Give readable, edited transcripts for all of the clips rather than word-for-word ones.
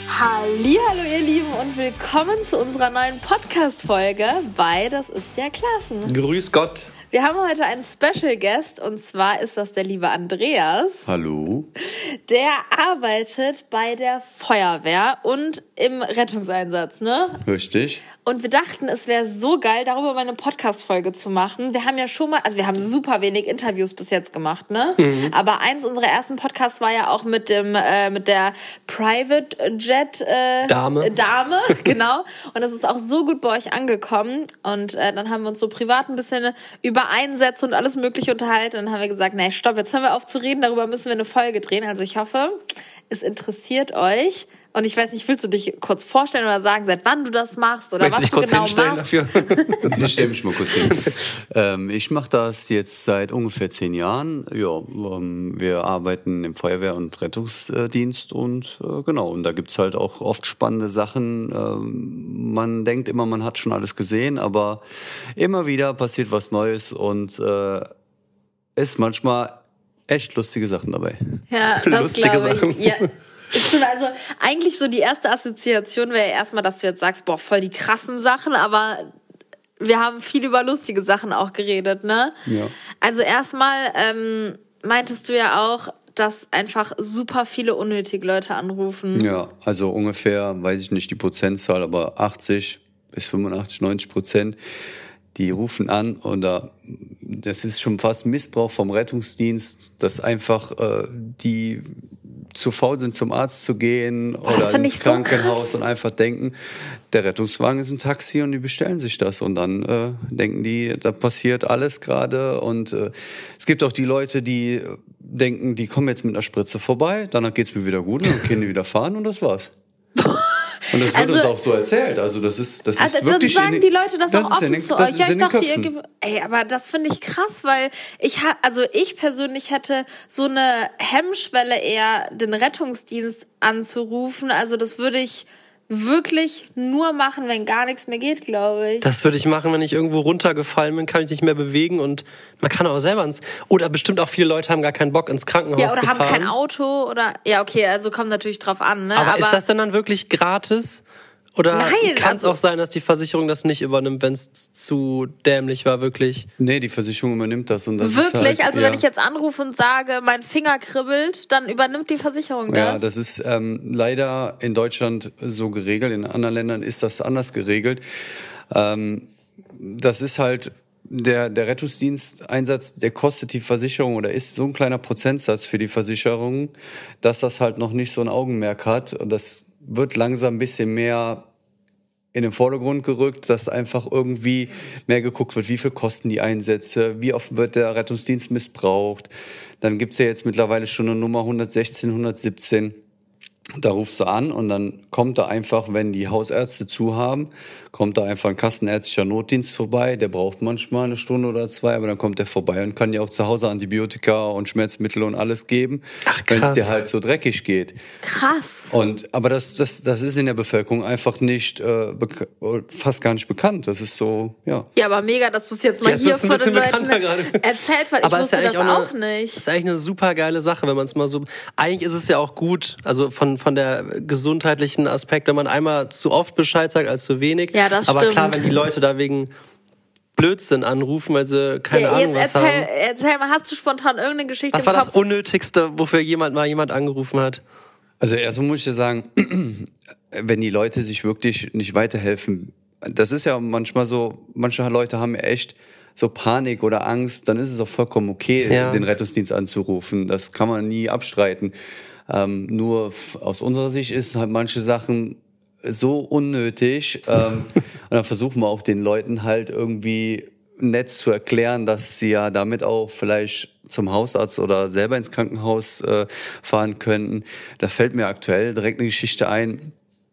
Hallihallo ihr Lieben und willkommen zu unserer neuen Podcast-Folge bei Das ist ja Klassen. Grüß Gott. Wir haben heute einen Special Guest und zwar ist das der liebe Andreas. Hallo. Der arbeitet bei der Feuerwehr und im Rettungseinsatz, ne? Richtig. Und wir dachten, es wäre so geil, darüber mal eine Podcast-Folge zu machen. Wir haben ja schon mal, also wir haben super wenig Interviews bis jetzt gemacht, ne? Mhm. Aber eins unserer ersten Podcasts war ja auch mit der Private Jet Dame, genau. Und das ist auch so gut bei euch angekommen. Und dann haben wir uns so privat ein bisschen über Einsätze und alles Mögliche unterhalten. Und dann haben wir gesagt, nee, stopp, jetzt hören wir auf zu reden, darüber müssen wir eine Folge drehen. Also ich hoffe, es interessiert euch. Und ich weiß nicht, willst du dich kurz vorstellen oder sagen, seit wann du das machst oder was du genau machst? Dafür? Ich stelle mich mal kurz hin. Ich mache das jetzt seit ungefähr 10 Jahren. Ja, wir arbeiten im Feuerwehr- und Rettungsdienst und genau. Und da gibt's halt auch oft spannende Sachen. Man denkt immer, man hat schon alles gesehen, aber immer wieder passiert was Neues und ist manchmal echt lustige Sachen dabei. Ja, das glaube ich. Ja. Stimmt, also eigentlich so die erste Assoziation wäre ja erstmal, dass du jetzt sagst, boah, voll die krassen Sachen, aber wir haben viel über lustige Sachen auch geredet, ne? Ja. Also erstmal meintest du ja auch, dass einfach super viele unnötige Leute anrufen. Ja, also ungefähr, weiß ich nicht die Prozentzahl, aber 80 bis 85, 90%, die rufen an und das ist schon fast Missbrauch vom Rettungsdienst, dass einfach die zu faul sind, zum Arzt zu gehen oder ins Krankenhaus und einfach denken, der Rettungswagen ist ein Taxi und die bestellen sich das und dann denken die, da passiert alles gerade und es gibt auch die Leute, die denken, die kommen jetzt mit einer Spritze vorbei, danach geht's mir wieder gut und dann können die wieder fahren und das war's. Und das wird uns auch so erzählt. Also das ist wirklich. Dann sagen die Leute das auch offen zu euch. Ja, ich dachte, aber das finde ich krass, weil ich persönlich hätte so eine Hemmschwelle eher, den Rettungsdienst anzurufen. Also das würde ich wirklich nur machen, wenn gar nichts mehr geht, glaube ich. Das würde ich machen, wenn ich irgendwo runtergefallen bin, kann ich nicht mehr bewegen und man kann auch selber oder bestimmt auch viele Leute haben gar keinen Bock ins Krankenhaus zu fahren. Ja, oder haben kein Auto oder, ja, okay, also kommt natürlich drauf an, ne? Aber ist das denn dann wirklich gratis? Oder kann es auch sein, dass die Versicherung das nicht übernimmt, wenn es zu dämlich war, wirklich? Nee, die Versicherung übernimmt das. Und das wirklich? ist halt, also wenn ich jetzt anrufe und sage, mein Finger kribbelt, dann übernimmt die Versicherung das? Ja, das ist leider in Deutschland so geregelt. In anderen Ländern ist das anders geregelt. Das ist halt der Rettungsdiensteinsatz, der kostet die Versicherung oder ist so ein kleiner Prozentsatz für die Versicherung, dass das halt noch nicht so ein Augenmerk hat. Und das wird langsam ein bisschen mehr in den Vordergrund gerückt, dass einfach irgendwie mehr geguckt wird, wie viel kosten die Einsätze, wie oft wird der Rettungsdienst missbraucht. Dann gibt's ja jetzt mittlerweile schon eine Nummer 116, 117. Da rufst du an und dann kommt da einfach, wenn die Hausärzte zu haben, kommt da einfach ein kassenärztlicher Notdienst vorbei. Der braucht manchmal 1 Stunde oder 2, aber dann kommt der vorbei und kann dir auch zu Hause Antibiotika und Schmerzmittel und alles geben, wenn es dir halt so dreckig geht. Krass. Aber das ist in der Bevölkerung einfach nicht, fast gar nicht bekannt. Das ist so, ja. Ja, aber mega, dass du es jetzt mal hier vor den Leuten erzählst, weil ich wusste das auch nicht. Das ist eigentlich eine super geile Sache, wenn man es mal so, eigentlich ist es ja auch gut, also von der gesundheitlichen Aspekt, wenn man einmal zu oft Bescheid sagt als zu wenig. Ja, das aber stimmt. Klar, wenn die Leute da wegen Blödsinn anrufen, weil sie keine Ahnung was haben. Erzähl mal, hast du spontan irgendeine Geschichte im Kopf? Was war das Unnötigste, wofür jemand angerufen hat? Also erstmal muss ich dir sagen, wenn die Leute sich wirklich nicht weiterhelfen, das ist ja manchmal so, manche Leute haben echt so Panik oder Angst, dann ist es auch vollkommen okay, den Rettungsdienst anzurufen. Das kann man nie abstreiten. Nur aus unserer Sicht ist halt manche Sachen so unnötig. Und dann versuchen wir auch den Leuten halt irgendwie nett zu erklären, dass sie ja damit auch vielleicht zum Hausarzt oder selber ins Krankenhaus fahren könnten. Da fällt mir aktuell direkt eine Geschichte ein.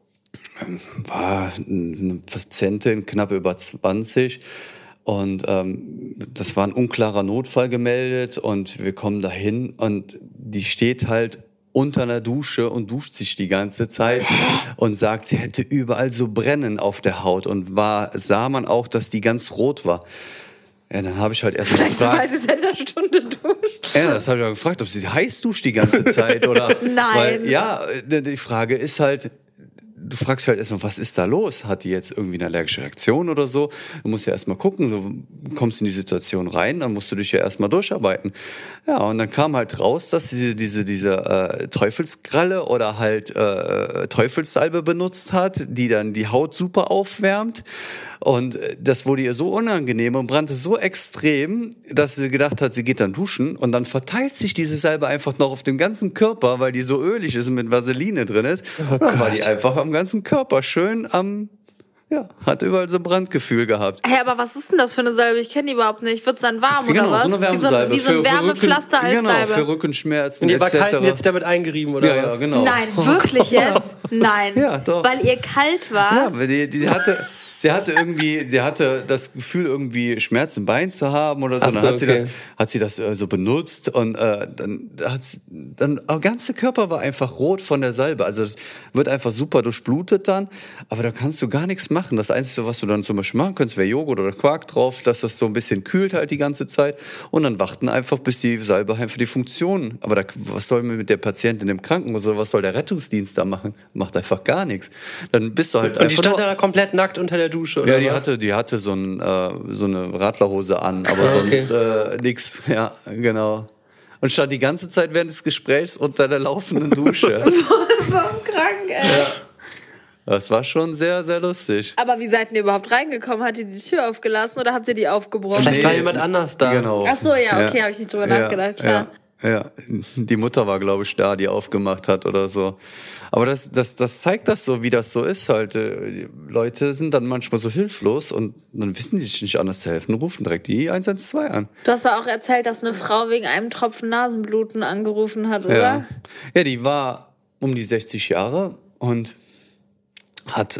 War eine Patientin, knapp über 20. Und das war ein unklarer Notfall gemeldet und wir kommen dahin und die steht halt unter einer Dusche und duscht sich die ganze Zeit und sagt, sie hätte überall so Brennen auf der Haut und sah man auch, dass die ganz rot war. Ja, dann habe ich halt erst mal gefragt. Weil sie seit einer Stunde duscht. Ja, das habe ich auch gefragt, ob sie heiß duscht die ganze Zeit oder. Nein. Weil, ja, die Frage ist halt, du fragst dich halt erstmal, was ist da los? Hat die jetzt irgendwie eine allergische Reaktion oder so? Du musst ja erstmal gucken, du kommst in die Situation rein, dann musst du dich ja erstmal durcharbeiten. Ja, und dann kam halt raus, dass sie diese Teufelskralle oder halt Teufelssalbe benutzt hat, die dann die Haut super aufwärmt. Und das wurde ihr so unangenehm und brannte so extrem, dass sie gedacht hat, sie geht dann duschen und dann verteilt sich diese Salbe einfach noch auf dem ganzen Körper, weil die so ölig ist und mit Vaseline drin ist. Und dann war die einfach am ganzen Körper schön hat überall so ein Brandgefühl gehabt. Hey, aber was ist denn das für eine Salbe? Ich kenne die überhaupt nicht. Wird's dann warm oder was? So eine Wärmesalbe. Wie so ein Wärmepflaster als Salbe. Für Rückenschmerzen Und ihr war etc. kalt und jetzt damit eingerieben, oder was? Ja, genau. Nein, wirklich jetzt? Nein. Ja, doch. Weil ihr kalt war? Ja, weil sie hatte das Gefühl, irgendwie Schmerz im Bein zu haben oder so. Ach so, dann hat sie das so benutzt und dann der ganze Körper war einfach rot von der Salbe. Also das wird einfach super durchblutet dann, aber da kannst du gar nichts machen. Das Einzige, was du dann zum Beispiel machen könntest, wäre Joghurt oder Quark drauf, dass das so ein bisschen kühlt halt die ganze Zeit und dann warten einfach, bis die Salbe einfach die Funktion. Aber was soll man mit der Patientin im Krankenhaus oder was soll der Rettungsdienst da machen? Macht einfach gar nichts. Dann bist du halt und die stand da komplett nackt unter der Dusche, oder was? Die hatte so eine Radlerhose an, aber sonst nix. Ja, genau. Und stand die ganze Zeit während des Gesprächs unter der laufenden Dusche. Das ist krank, ey. Ja. Das war schon sehr, sehr lustig. Aber wie seid ihr überhaupt reingekommen? Hat ihr die Tür aufgelassen oder habt ihr die aufgebrochen? Vielleicht war jemand anders da. Genau. Ach so, ja, okay, habe ich nicht drüber nachgedacht, klar. Ja, die Mutter war, glaube ich, da, die aufgemacht hat oder so. Aber das zeigt das so, wie das so ist halt. Die Leute sind dann manchmal so hilflos und dann wissen die sich nicht anders zu helfen, rufen direkt die 112 an. Du hast ja auch erzählt, dass eine Frau wegen einem Tropfen Nasenbluten angerufen hat, oder? Ja, die war um die 60 Jahre und hat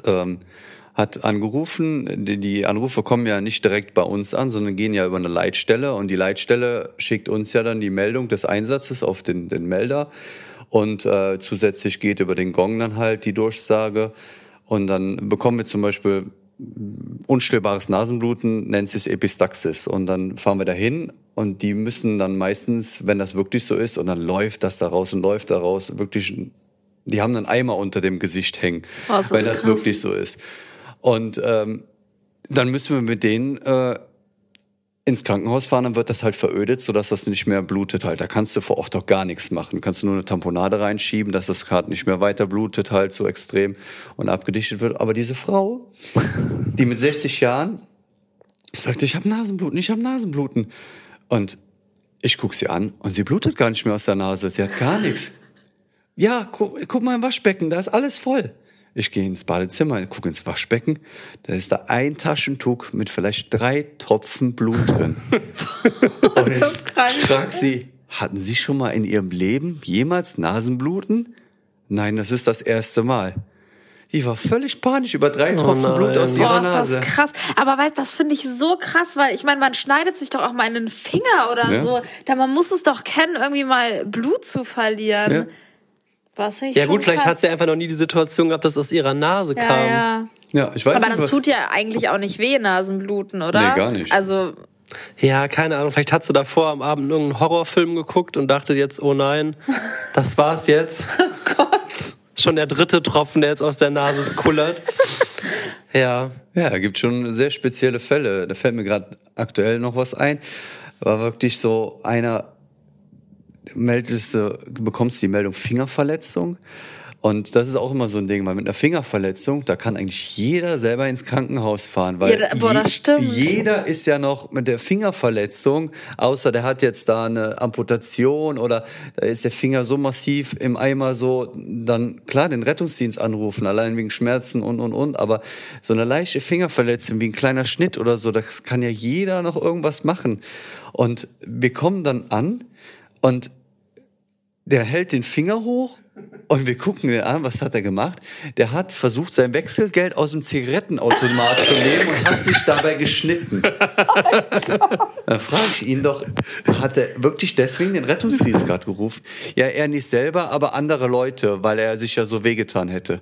angerufen. Die Anrufe kommen ja nicht direkt bei uns an, sondern gehen ja über eine Leitstelle. Und die Leitstelle schickt uns ja dann die Meldung des Einsatzes auf den Melder. Und zusätzlich geht über den Gong dann halt die Durchsage. Und dann bekommen wir zum Beispiel unstillbares Nasenbluten, nennt sich Epistaxis. Und dann fahren wir dahin. Und die müssen dann meistens, wenn das wirklich so ist, und dann läuft das da raus und läuft da raus, wirklich, die haben einen Eimer unter dem Gesicht hängen, wenn das wirklich so ist. Und dann müssen wir mit denen ins Krankenhaus fahren, dann wird das halt verödet, sodass das nicht mehr blutet halt. Da kannst du vor Ort auch gar nichts machen. Kannst du nur eine Tamponade reinschieben, dass das gerade nicht mehr weiter blutet halt so extrem und abgedichtet wird. Aber diese Frau, die mit 60 Jahren sagte, ich habe Nasenbluten. Und ich guck sie an und sie blutet gar nicht mehr aus der Nase. Sie hat gar nichts. Ja, guck mal im Waschbecken, da ist alles voll. Ich gehe ins Badezimmer, gucke ins Waschbecken, da ist da ein Taschentuch mit vielleicht 3 Tropfen Blut drin. Und ich frage sie, hatten Sie schon mal in Ihrem Leben jemals Nasenbluten? Nein, das ist das erste Mal. Die war völlig panisch über 3 Tropfen Blut aus ihrer Nase. Ist das krass. Aber weißt, das finde ich so krass, weil ich meine, man schneidet sich doch auch mal in den Finger oder so. Man muss es doch kennen, irgendwie mal Blut zu verlieren. Ja. Ja gut, vielleicht hat sie einfach noch nie die Situation gehabt, dass es aus ihrer Nase kam. Ja, ich weiß aber nicht. Das tut ja eigentlich auch nicht weh, Nasenbluten, oder? Nee, gar nicht. Also ja, keine Ahnung, vielleicht hat sie davor am Abend irgendeinen Horrorfilm geguckt und dachte jetzt, oh nein, das war's jetzt. Oh Gott. Schon der 3. Tropfen, der jetzt aus der Nase kullert. Ja. Ja, da gibt schon sehr spezielle Fälle. Da fällt mir gerade aktuell noch was ein. War wirklich so einer, bekommst die Meldung Fingerverletzung. Und das ist auch immer so ein Ding, weil mit einer Fingerverletzung, da kann eigentlich jeder selber ins Krankenhaus fahren, weil das stimmt. Jeder ist ja noch mit der Fingerverletzung, außer der hat jetzt da eine Amputation oder da ist der Finger so massiv im Eimer so, dann klar den Rettungsdienst anrufen, allein wegen Schmerzen und, aber so eine leichte Fingerverletzung wie ein kleiner Schnitt oder so, das kann ja jeder noch irgendwas machen. Und wir kommen dann an und der hält den Finger hoch und wir gucken den an, was hat er gemacht? Der hat versucht, sein Wechselgeld aus dem Zigarettenautomat zu nehmen und hat sich dabei geschnitten. Dann frage ich ihn doch, hat er wirklich deswegen den Rettungsdienst gerade gerufen? Ja, er nicht selber, aber andere Leute, weil er sich ja so wehgetan hätte.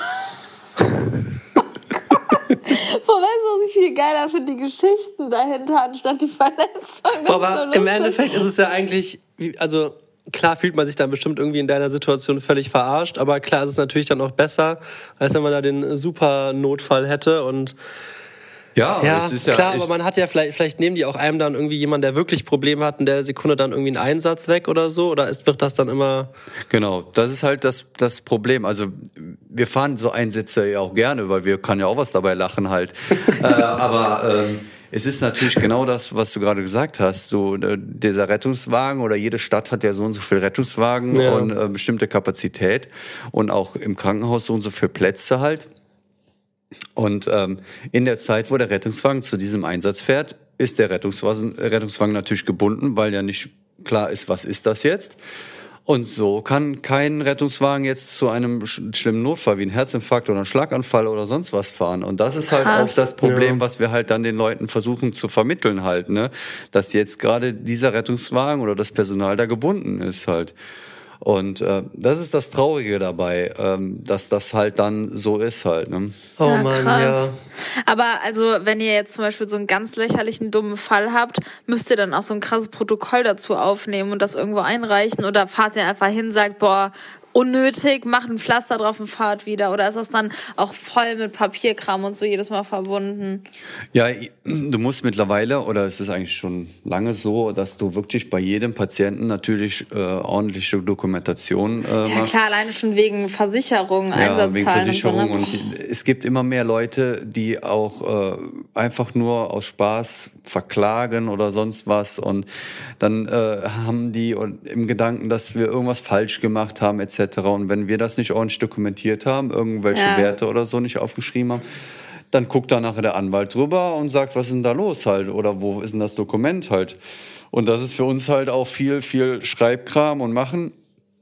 Weißt du, was ich viel geiler finde? Die Geschichten dahinter anstatt die Verletzung. Aber im Endeffekt ist es ja eigentlich, also klar fühlt man sich dann bestimmt irgendwie in deiner Situation völlig verarscht, aber klar ist es natürlich dann auch besser, als wenn man da den super Notfall hätte und Ja, ja, es ist klar, aber man hat ja vielleicht nehmen die auch einem dann irgendwie jemanden, der wirklich Probleme hat, in der Sekunde dann irgendwie einen Einsatz weg oder so, oder wird das dann immer... Genau, das ist halt das Problem. Also wir fahren so Einsätze ja auch gerne, weil wir können ja auch was dabei lachen halt. Aber es ist natürlich genau das, was du gerade gesagt hast. So dieser Rettungswagen oder jede Stadt hat ja so und so viel Rettungswagen und bestimmte Kapazität und auch im Krankenhaus so und so viel Plätze halt. Und in der Zeit, wo der Rettungswagen zu diesem Einsatz fährt, ist der Rettungswagen natürlich gebunden, weil ja nicht klar ist, was ist das jetzt. Und so kann kein Rettungswagen jetzt zu einem schlimmen Notfall wie ein Herzinfarkt oder ein Schlaganfall oder sonst was fahren. Und das ist halt auch das Problem, was wir halt dann den Leuten versuchen zu vermitteln halt, ne? Dass jetzt gerade dieser Rettungswagen oder das Personal da gebunden ist halt. Und das ist das Traurige dabei, dass das halt dann so ist halt. Ne? Oh ja, Mann, krass. Ja. Aber also, wenn ihr jetzt zum Beispiel so einen ganz lächerlichen, dummen Fall habt, müsst ihr dann auch so ein krasses Protokoll dazu aufnehmen und das irgendwo einreichen? Oder fahrt ihr einfach hin, sagt, boah, unnötig, macht ein Pflaster drauf und fahrt wieder? Oder ist das dann auch voll mit Papierkram und so jedes Mal verbunden? Ja, du musst mittlerweile, oder es ist eigentlich schon lange so, dass du wirklich bei jedem Patienten natürlich ordentliche Dokumentation machst. Ja klar, alleine schon wegen Versicherung, Einsatzzahlen wegen Versicherung. und so. Und es gibt immer mehr Leute, die auch einfach nur aus Spaß verklagen oder sonst was. Und dann haben die im Gedanken, dass wir irgendwas falsch gemacht haben etc. Und wenn wir das nicht ordentlich dokumentiert haben, irgendwelche Werte oder so nicht aufgeschrieben haben, dann guckt da nachher der Anwalt drüber und sagt, was ist denn da los halt? Oder wo ist denn das Dokument halt? Und das ist für uns halt auch viel Schreibkram und Machen.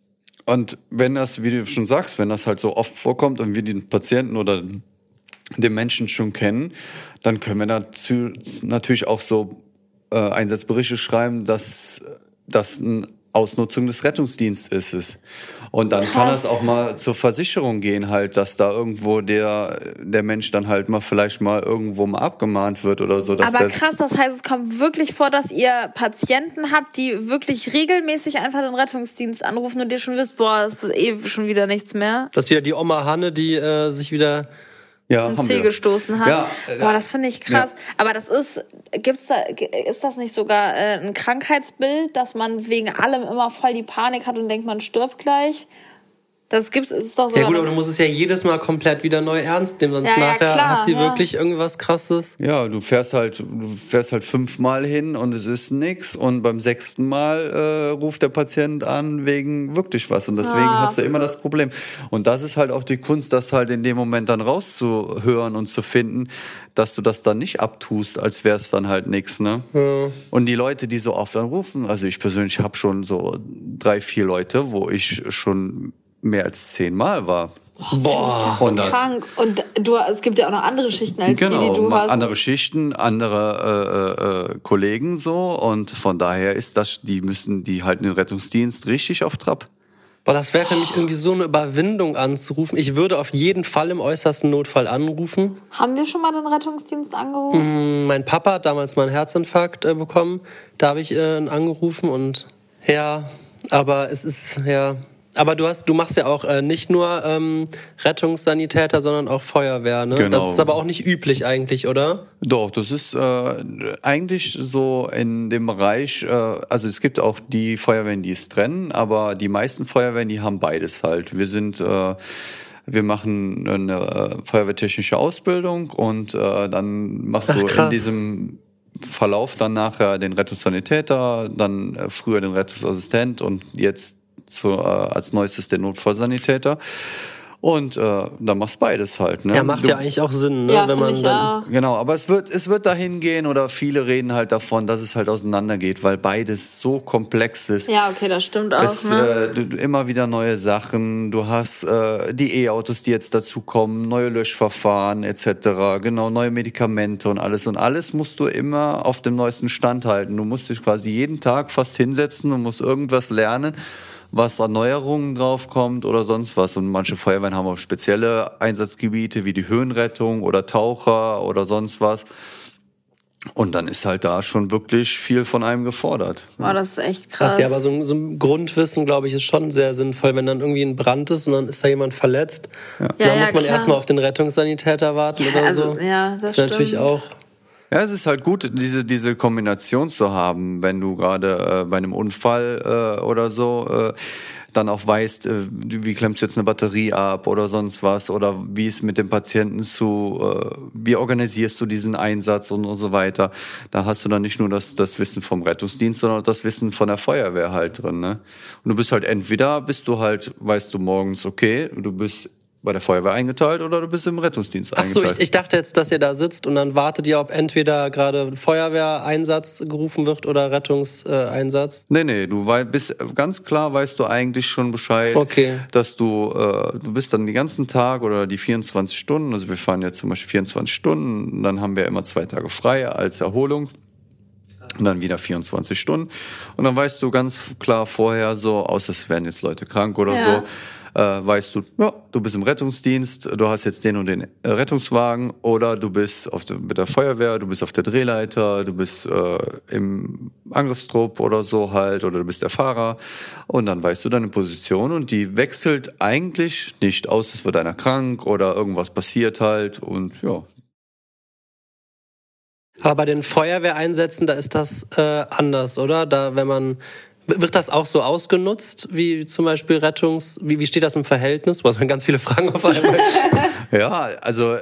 Und wenn das, wie du schon sagst, wenn das halt so oft vorkommt und wir den Patienten oder den Menschen schon kennen, dann können wir dazu natürlich auch so Einsatzberichte schreiben, dass das eine Ausnutzung des Rettungsdienstes ist. Und dann kann es auch mal zur Versicherung gehen halt, dass da irgendwo der Mensch dann halt mal vielleicht mal irgendwo mal abgemahnt wird oder so. Dass aber krass, das heißt, es kommt wirklich vor, dass ihr Patienten habt, die wirklich regelmäßig einfach den Rettungsdienst anrufen und ihr schon wisst, boah, es ist eh schon wieder nichts mehr. Das ist wieder die Oma Hanne, die sich wieder... ein Zeh gestoßen hat. Ja, boah, das finde ich krass. Ja. Aber das ist das nicht sogar ein Krankheitsbild, dass man wegen allem immer voll die Panik hat und denkt, man stirbt gleich? Ist doch so. Ja gut, aber du musst es ja jedes Mal komplett wieder neu ernst nehmen, sonst nachher klar, hat sie wirklich irgendwas Krasses. Ja, du fährst halt 5-mal hin und es ist nix und beim 6. Mal ruft der Patient an wegen wirklich was und deswegen hast du immer das Problem. Und das ist halt auch die Kunst, das halt in dem Moment dann rauszuhören und zu finden, dass du das dann nicht abtust, als wäre es dann halt nix, ne? Ja. Und die Leute, die so oft anrufen, also ich persönlich habe schon so 3-4 Leute, wo ich schon mehr als 10-mal war. Boah, das ist krank. Und es gibt ja auch noch andere Schichten als die du hast. Andere Schichten, andere Kollegen so. Und von daher ist das, müssen die halten den Rettungsdienst richtig auf Trab. Boah, das wäre für mich irgendwie so eine Überwindung anzurufen. Ich würde auf jeden Fall im äußersten Notfall anrufen. Haben wir schon mal den Rettungsdienst angerufen? Mein Papa hat damals mal einen Herzinfarkt bekommen. Da habe ich angerufen und aber es ist, Aber du machst ja auch nicht nur Rettungssanitäter, sondern auch Feuerwehr, ne? Genau. Das ist aber auch nicht üblich eigentlich, oder? Doch, das ist eigentlich so in dem Bereich, also es gibt auch die Feuerwehren, die es trennen, aber die meisten Feuerwehren, die haben beides halt. Wir machen eine feuerwehrtechnische Ausbildung und dann machst du in diesem Verlauf dann nachher den Rettungssanitäter, dann früher den Rettungsassistent und jetzt als neuestes den Notfallsanitäter. Und dann machst du beides halt. Ne? Ja, macht ja eigentlich auch Sinn, ne? Ja, wenn man dann. Genau, aber es wird dahin gehen oder viele reden halt davon, dass es halt auseinandergeht, weil beides so komplex ist. Ja, okay, das stimmt auch. Du immer wieder neue Sachen, du hast die E-Autos, die jetzt dazukommen, neue Löschverfahren etc., genau, neue Medikamente und alles musst du immer auf dem neuesten Stand halten. Du musst dich quasi jeden Tag fast hinsetzen und musst irgendwas lernen, was an Neuerungen draufkommt oder sonst was. Und manche Feuerwehren haben auch spezielle Einsatzgebiete wie die Höhenrettung oder Taucher oder sonst was. Und dann ist halt da schon wirklich viel von einem gefordert. Boah, das ist echt krass. Ja, aber so ein Grundwissen, glaube ich, ist schon sehr sinnvoll, wenn dann irgendwie ein Brand ist und dann ist da jemand verletzt. Ja. Dann muss man erstmal auf den Rettungssanitäter warten oder so. Ja, das ist natürlich auch. Ja, es ist halt gut, diese Kombination zu haben, wenn du gerade bei einem Unfall oder so dann auch weißt, wie klemmst du jetzt eine Batterie ab oder sonst was oder wie ist mit dem Patienten wie organisierst du diesen Einsatz und so weiter. Da hast du dann nicht nur das Wissen vom Rettungsdienst, sondern auch das Wissen von der Feuerwehr halt drin, ne? Und du bist halt weißt du morgens, okay, du bist bei der Feuerwehr eingeteilt oder du bist im Rettungsdienst eingeteilt. Ach so, ich dachte jetzt, dass ihr da sitzt und dann wartet ihr, ob entweder gerade Feuerwehreinsatz gerufen wird oder Rettungseinsatz. Nee, du bist ganz klar, weißt du eigentlich schon Bescheid, dass du bist dann den ganzen Tag oder die 24 Stunden, also wir fahren jetzt zum Beispiel 24 Stunden, dann haben wir immer 2 Tage frei als Erholung. Und dann wieder 24 Stunden. Und dann weißt du ganz klar vorher so, außer es werden jetzt Leute krank oder so, weißt du, ja, du bist im Rettungsdienst, du hast jetzt den und den Rettungswagen oder du bist mit der Feuerwehr, du bist auf der Drehleiter, du bist im Angriffstrupp oder so halt oder du bist der Fahrer und dann weißt du deine Position und die wechselt eigentlich nicht, außer es wird einer krank oder irgendwas passiert halt und ja. Aber bei den Feuerwehreinsätzen, da ist das anders, oder? Wird das auch so ausgenutzt, wie zum Beispiel wie steht das im Verhältnis? Was sind ganz viele Fragen auf einmal. Ja, also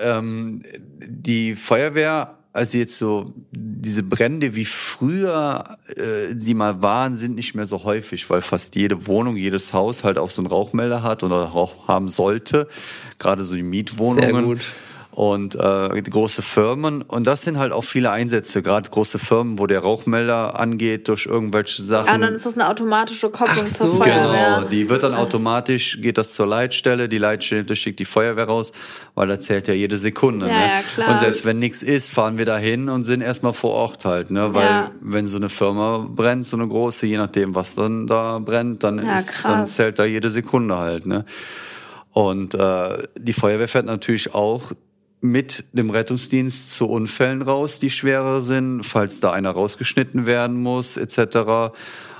die Feuerwehr, also jetzt so diese Brände wie früher, die mal waren, sind nicht mehr so häufig, weil fast jede Wohnung, jedes Haus halt auch so einen Rauchmelder hat oder Rauch haben sollte, gerade so die Mietwohnungen. Sehr gut. Und große Firmen. Und das sind halt auch viele Einsätze, gerade große Firmen, wo der Rauchmelder angeht durch irgendwelche Sachen. Ja, und dann ist das eine automatische Kopplung zur Feuerwehr. Genau, die wird dann automatisch, geht das zur Leitstelle, die Leitstelle schickt die Feuerwehr raus, weil da zählt ja jede Sekunde. Ja, ne? ja, klar. Und selbst wenn nichts ist, fahren wir da hin und sind erstmal vor Ort halt. Ne? Weil wenn so eine Firma brennt, so eine große, je nachdem, was dann da brennt, dann zählt da jede Sekunde halt. Ne? Und die Feuerwehr fährt natürlich auch mit dem Rettungsdienst zu Unfällen raus, die schwerer sind, falls da einer rausgeschnitten werden muss, etc.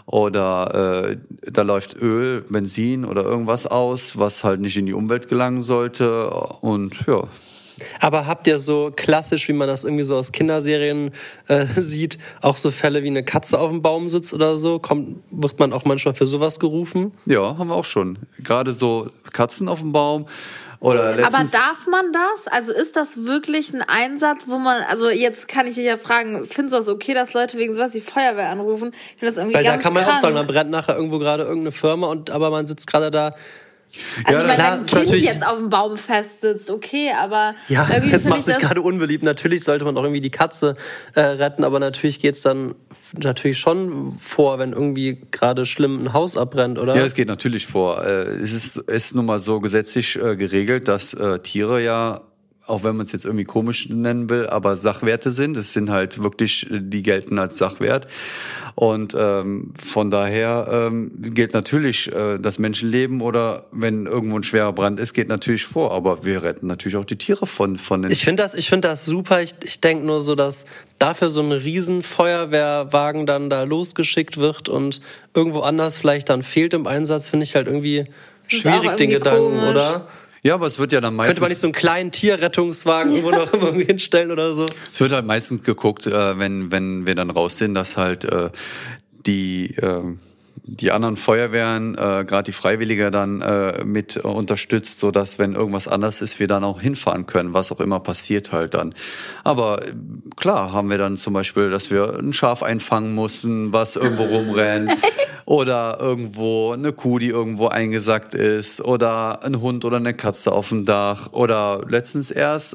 Oder da läuft Öl, Benzin oder irgendwas aus, was halt nicht in die Umwelt gelangen sollte. Und ja. Aber habt ihr so klassisch, wie man das irgendwie so aus Kinderserien sieht, auch so Fälle wie eine Katze auf dem Baum sitzt oder so? Wird man auch manchmal für sowas gerufen? Ja, haben wir auch schon. Gerade so Katzen auf dem Baum. Oder aber darf man das? Also ist das wirklich ein Einsatz, wo man, also jetzt kann ich dich ja fragen, findest du das okay, dass Leute wegen sowas die Feuerwehr anrufen? Ich finde das irgendwie weil ganz da kann man krank. auch sagen, man brennt nachher irgendwo gerade irgendeine Firma aber man sitzt gerade da. Also wenn ein Kind jetzt auf dem Baum festsitzt, okay, aber ja, jetzt macht sich gerade unbeliebt. Natürlich sollte man auch irgendwie die Katze retten, aber natürlich geht's dann natürlich schon vor, wenn irgendwie gerade schlimm ein Haus abbrennt, oder? Ja, es geht natürlich vor. Es ist nun mal so gesetzlich geregelt, dass Tiere ja, auch wenn man es jetzt irgendwie komisch nennen will, aber Sachwerte sind. Es sind halt wirklich, die gelten als Sachwert. Und von daher gilt natürlich das Menschenleben oder wenn irgendwo ein schwerer Brand ist, geht natürlich vor. Aber wir retten natürlich auch die Tiere von den... Ich finde das super. Ich denke nur so, dass dafür so ein riesen Feuerwehrwagen dann da losgeschickt wird und irgendwo anders vielleicht dann fehlt im Einsatz, finde ich halt irgendwie schwierig, den Gedanken, komisch. Oder? Ja, aber es wird ja dann meistens... Könnte man nicht so einen kleinen Tierrettungswagen irgendwo noch irgendwie hinstellen oder so? Es wird halt meistens geguckt, wenn wir dann raus sind, dass halt die anderen Feuerwehren, gerade die Freiwillige dann mit unterstützt, so dass wenn irgendwas anders ist, wir dann auch hinfahren können, was auch immer passiert halt dann. Aber klar haben wir dann zum Beispiel, dass wir ein Schaf einfangen mussten, was irgendwo rumrennt. Oder irgendwo eine Kuh, die irgendwo eingesackt ist. Oder ein Hund oder eine Katze auf dem Dach. Oder letztens erst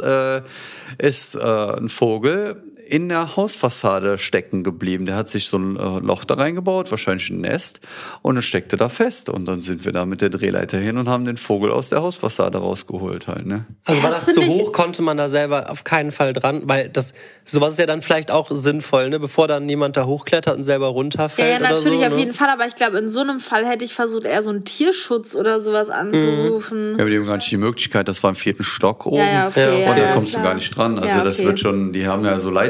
ist ein Vogel in der Hausfassade stecken geblieben. Der hat sich so ein Loch da reingebaut, wahrscheinlich ein Nest, und es steckte da fest. Und dann sind wir da mit der Drehleiter hin und haben den Vogel aus der Hausfassade rausgeholt halt, ne? Also war das zu hoch, konnte man da selber auf keinen Fall dran, weil sowas ist ja dann vielleicht auch sinnvoll, ne? Bevor dann jemand da hochklettert und selber runterfällt. Ja, natürlich, oder so, auf jeden Fall, aber ich glaube, in so einem Fall hätte ich versucht, eher so einen Tierschutz oder sowas anzurufen. Ja, aber die haben gar nicht die Möglichkeit, das war im 4. Stock oben. Ja, okay, und da kommst du gar nicht dran. Also das wird schon, die haben ja so Leiter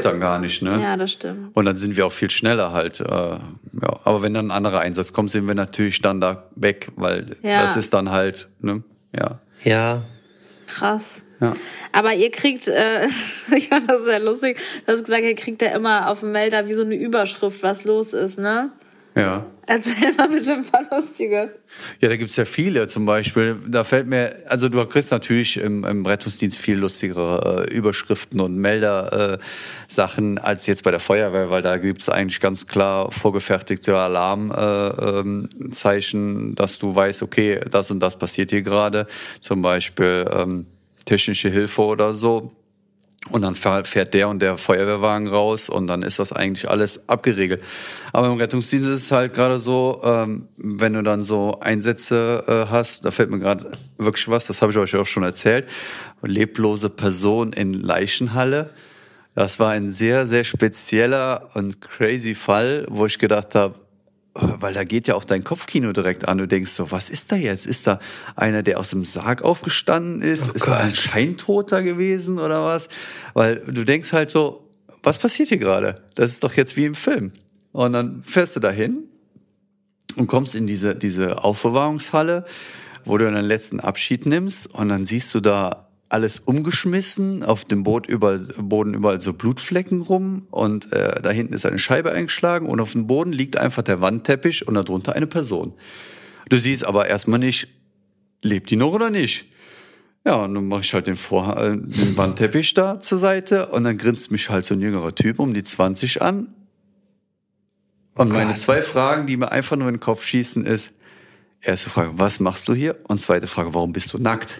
passiert dann gar nicht, ne? Ja, das stimmt. Und dann sind wir auch viel schneller halt. Ja. Aber wenn dann ein anderer Einsatz kommt, sind wir natürlich dann da weg, weil das ist dann halt, ne? Ja. Ja. Krass. Ja. Aber ihr kriegt, ich fand das sehr lustig, du hast gesagt, ihr kriegt ja immer auf dem Melder wie so eine Überschrift, was los ist, ne? Ja. Erzähl mal bitte ein paar lustige. Ja, da gibt's ja viele zum Beispiel. Da fällt mir, also du kriegst natürlich im Rettungsdienst viel lustigere Überschriften und Melder-Sachen als jetzt bei der Feuerwehr, weil da gibt's eigentlich ganz klar vorgefertigte Alarmzeichen, dass du weißt, okay, das und das passiert hier gerade. Zum Beispiel technische Hilfe oder so. Und dann fährt der und der Feuerwehrwagen raus und dann ist das eigentlich alles abgeregelt. Aber im Rettungsdienst ist es halt gerade so, wenn du dann so Einsätze hast, da fällt mir gerade wirklich was, das habe ich euch auch schon erzählt, leblose Person in Leichenhalle. Das war ein sehr, sehr spezieller und crazy Fall, wo ich gedacht habe, weil da geht ja auch dein Kopfkino direkt an. Du denkst so, was ist da jetzt? Ist da einer, der aus dem Sarg aufgestanden ist? Ist da ein Scheintoter gewesen oder was? Weil du denkst halt so, was passiert hier gerade? Das ist doch jetzt wie im Film. Und dann fährst du dahin und kommst in diese Aufbewahrungshalle, wo du dann den letzten Abschied nimmst und dann siehst du da alles umgeschmissen, auf dem Boden überall so Blutflecken rum und da hinten ist eine Scheibe eingeschlagen und auf dem Boden liegt einfach der Wandteppich und darunter eine Person. Du siehst aber erstmal nicht, lebt die noch oder nicht? Ja, und dann mache ich halt den Wandteppich da zur Seite und dann grinst mich halt so ein jüngerer Typ um die 20 an. Und meine 2 Fragen, die mir einfach nur in den Kopf schießen, ist, erste Frage, was machst du hier? Und zweite Frage, warum bist du nackt?